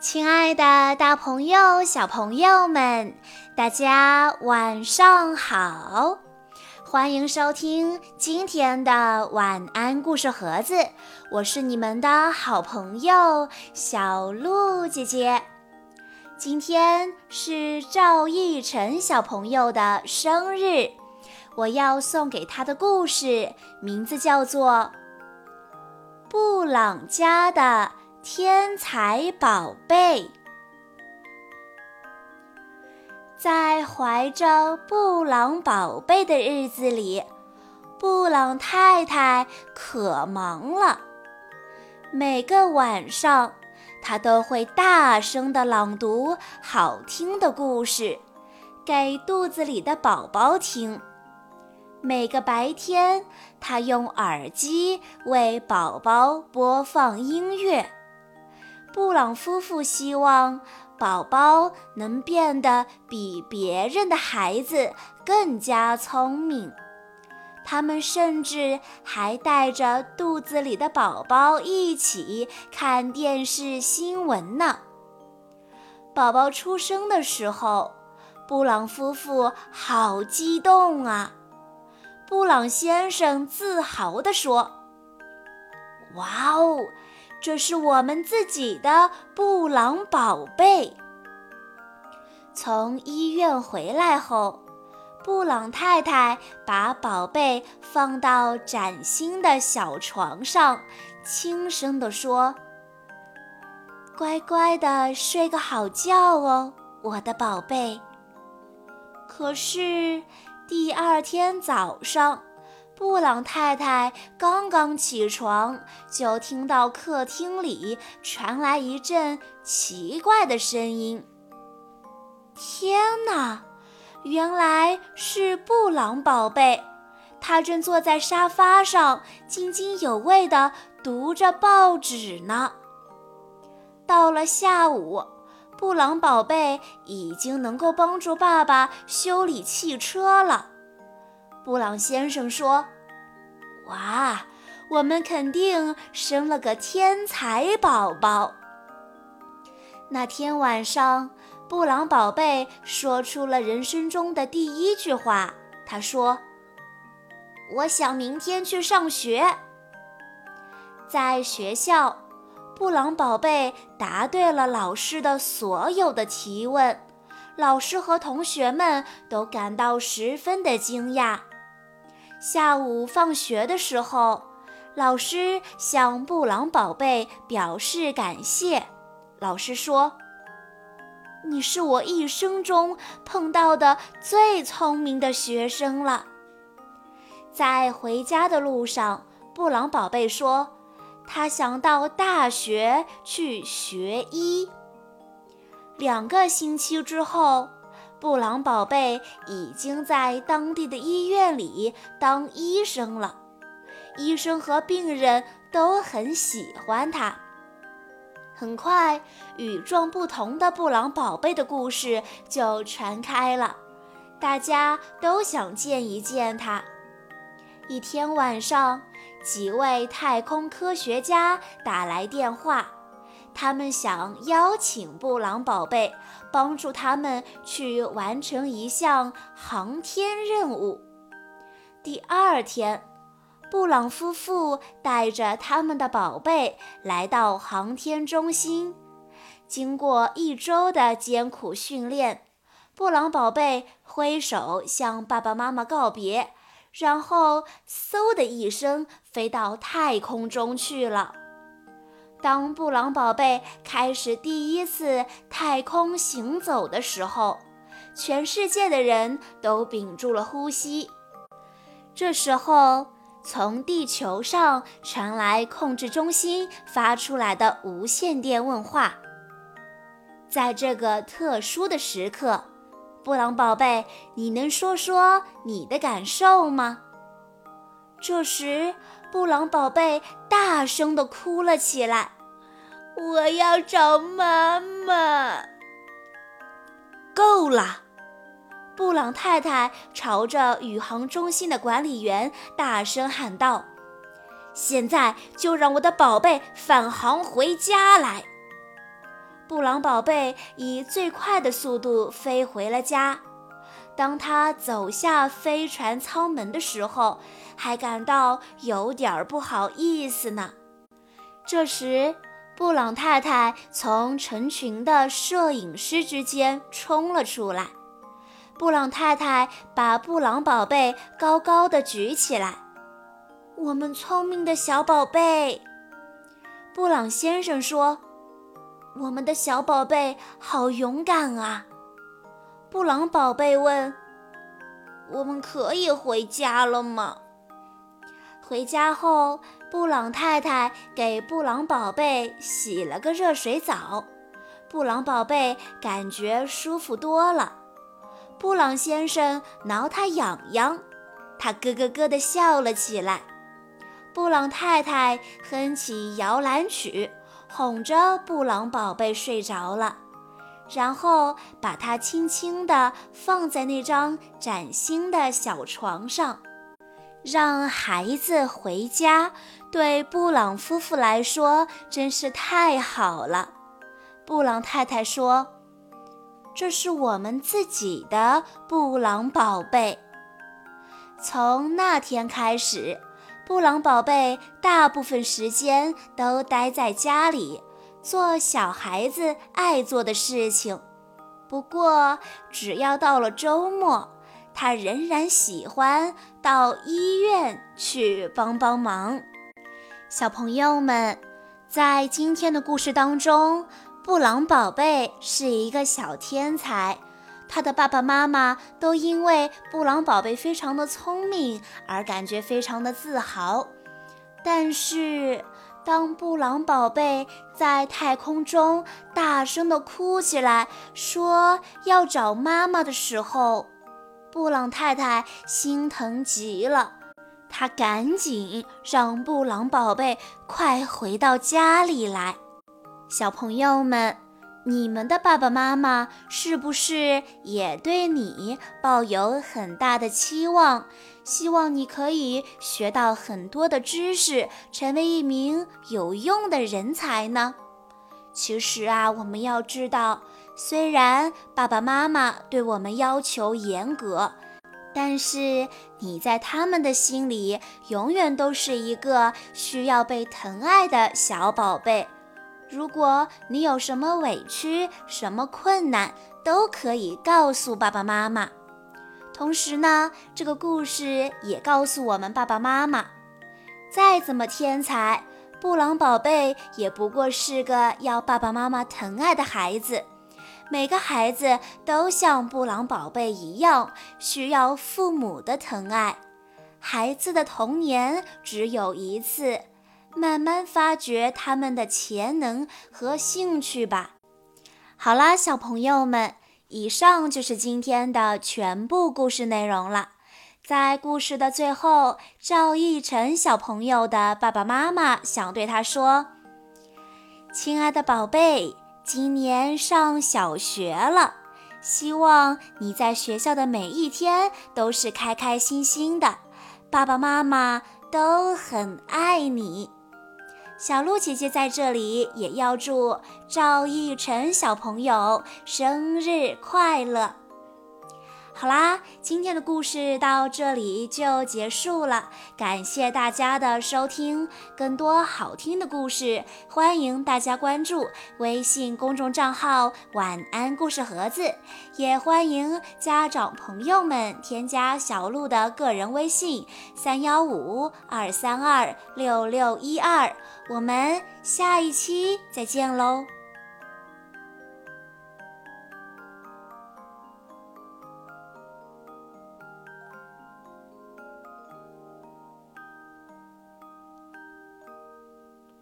亲爱的大朋友、小朋友们，大家晚上好！欢迎收听今天的晚安故事盒子，我是你们的好朋友小鹿姐姐。今天是赵逸晨小朋友的生日，我要送给他的故事名字叫做《布朗家的天才宝贝》。在怀着布朗宝贝的日子里，布朗太太可忙了。每个晚上，她都会大声地朗读好听的故事，给肚子里的宝宝听。每个白天，她用耳机为宝宝播放音乐。布朗夫妇希望宝宝能变得比别人的孩子更加聪明，他们甚至还带着肚子里的宝宝一起看电视新闻呢。宝宝出生的时候，布朗夫妇好激动啊！布朗先生自豪地说：“哇哦！这是我们自己的布朗宝贝。”从医院回来后，布朗太太把宝贝放到崭新的小床上，轻声地说：“乖乖地睡个好觉哦，我的宝贝。”可是第二天早上，布朗太太刚刚起床，就听到客厅里传来一阵奇怪的声音。天哪，原来是布朗宝贝，他正坐在沙发上津津有味地读着报纸呢。到了下午，布朗宝贝已经能够帮助爸爸修理汽车了。布朗先生说：“哇，我们肯定生了个天才宝宝。”那天晚上，布朗宝贝说出了人生中的第一句话，他说：“我想明天去上学。”在学校，布朗宝贝答对了老师的所有的提问，老师和同学们都感到十分的惊讶。下午放学的时候，老师向布朗宝贝表示感谢。老师说：“你是我一生中碰到的最聪明的学生了。”在回家的路上，布朗宝贝说，他想到大学去学医。2个星期之后，布朗宝贝已经在当地的医院里当医生了，医生和病人都很喜欢他。很快，与众不同的布朗宝贝的故事就传开了，大家都想见一见他。一天晚上，几位太空科学家打来电话，他们想邀请布朗宝贝帮助他们去完成一项航天任务。第二天，布朗夫妇带着他们的宝贝来到航天中心。经过1周的艰苦训练，布朗宝贝挥手向爸爸妈妈告别，然后嗖的一声飞到太空中去了。当布朗宝贝开始第一次太空行走的时候，全世界的人都屏住了呼吸。这时候，从地球上传来控制中心发出来的无线电问话：“在这个特殊的时刻，布朗宝贝，你能说说你的感受吗？”这时，布朗宝贝大声地哭了起来：“我要找妈妈！”够了！布朗太太朝着宇航中心的管理员大声喊道：“现在就让我的宝贝返航回家来！” 布朗宝贝以最快的速度飞回了家。当他走下飞船舱门的时候，还感到有点不好意思呢。这时，布朗太太从成群的摄影师之间冲了出来。布朗太太把布朗宝贝高高地举起来。我们聪明的小宝贝，布朗先生说，我们的小宝贝好勇敢啊。布朗宝贝问，我们可以回家了吗？回家后，布朗太太给布朗宝贝洗了个热水澡，布朗宝贝感觉舒服多了。布朗先生挠他痒痒，他咯咯咯地笑了起来。布朗太太哼起摇篮曲，哄着布朗宝贝睡着了，然后把它轻轻地放在那张崭新的小床上。让孩子回家，对布朗夫妇来说真是太好了。布朗太太说，这是我们自己的布朗宝贝。从那天开始，布朗宝贝大部分时间都待在家里，做小孩子爱做的事情。不过，只要到了周末，他仍然喜欢到医院去帮帮忙。小朋友们，在今天的故事当中，布朗宝贝是一个小天才，他的爸爸妈妈都因为布朗宝贝非常的聪明而感觉非常的自豪。但是当布朗宝贝在太空中大声地哭起来，说要找妈妈的时候，布朗太太心疼极了，她赶紧让布朗宝贝快回到家里来。小朋友们，你们的爸爸妈妈是不是也对你抱有很大的期望，希望你可以学到很多的知识，成为一名有用的人才呢？其实啊，我们要知道，虽然爸爸妈妈对我们要求严格，但是你在他们的心里永远都是一个需要被疼爱的小宝贝。如果你有什么委屈、什么困难，都可以告诉爸爸妈妈。同时呢，这个故事也告诉我们爸爸妈妈，再怎么天才，布朗宝贝也不过是个要爸爸妈妈疼爱的孩子。每个孩子都像布朗宝贝一样，需要父母的疼爱。孩子的童年只有一次，慢慢发掘他们的潜能和兴趣吧。好啦，小朋友们，以上就是今天的全部故事内容了。在故事的最后，赵逸晨小朋友的爸爸妈妈想对他说，亲爱的宝贝，今年上小学了，希望你在学校的每一天都是开开心心的，爸爸妈妈都很爱你。小鹿姐姐在这里也要祝赵逸晨小朋友生日快乐。好啦，今天的故事到这里就结束了，感谢大家的收听。更多好听的故事，欢迎大家关注微信公众账号晚安故事盒子，也欢迎家长朋友们添加小鹿的个人微信315-232-6612，我们下一期再见喽。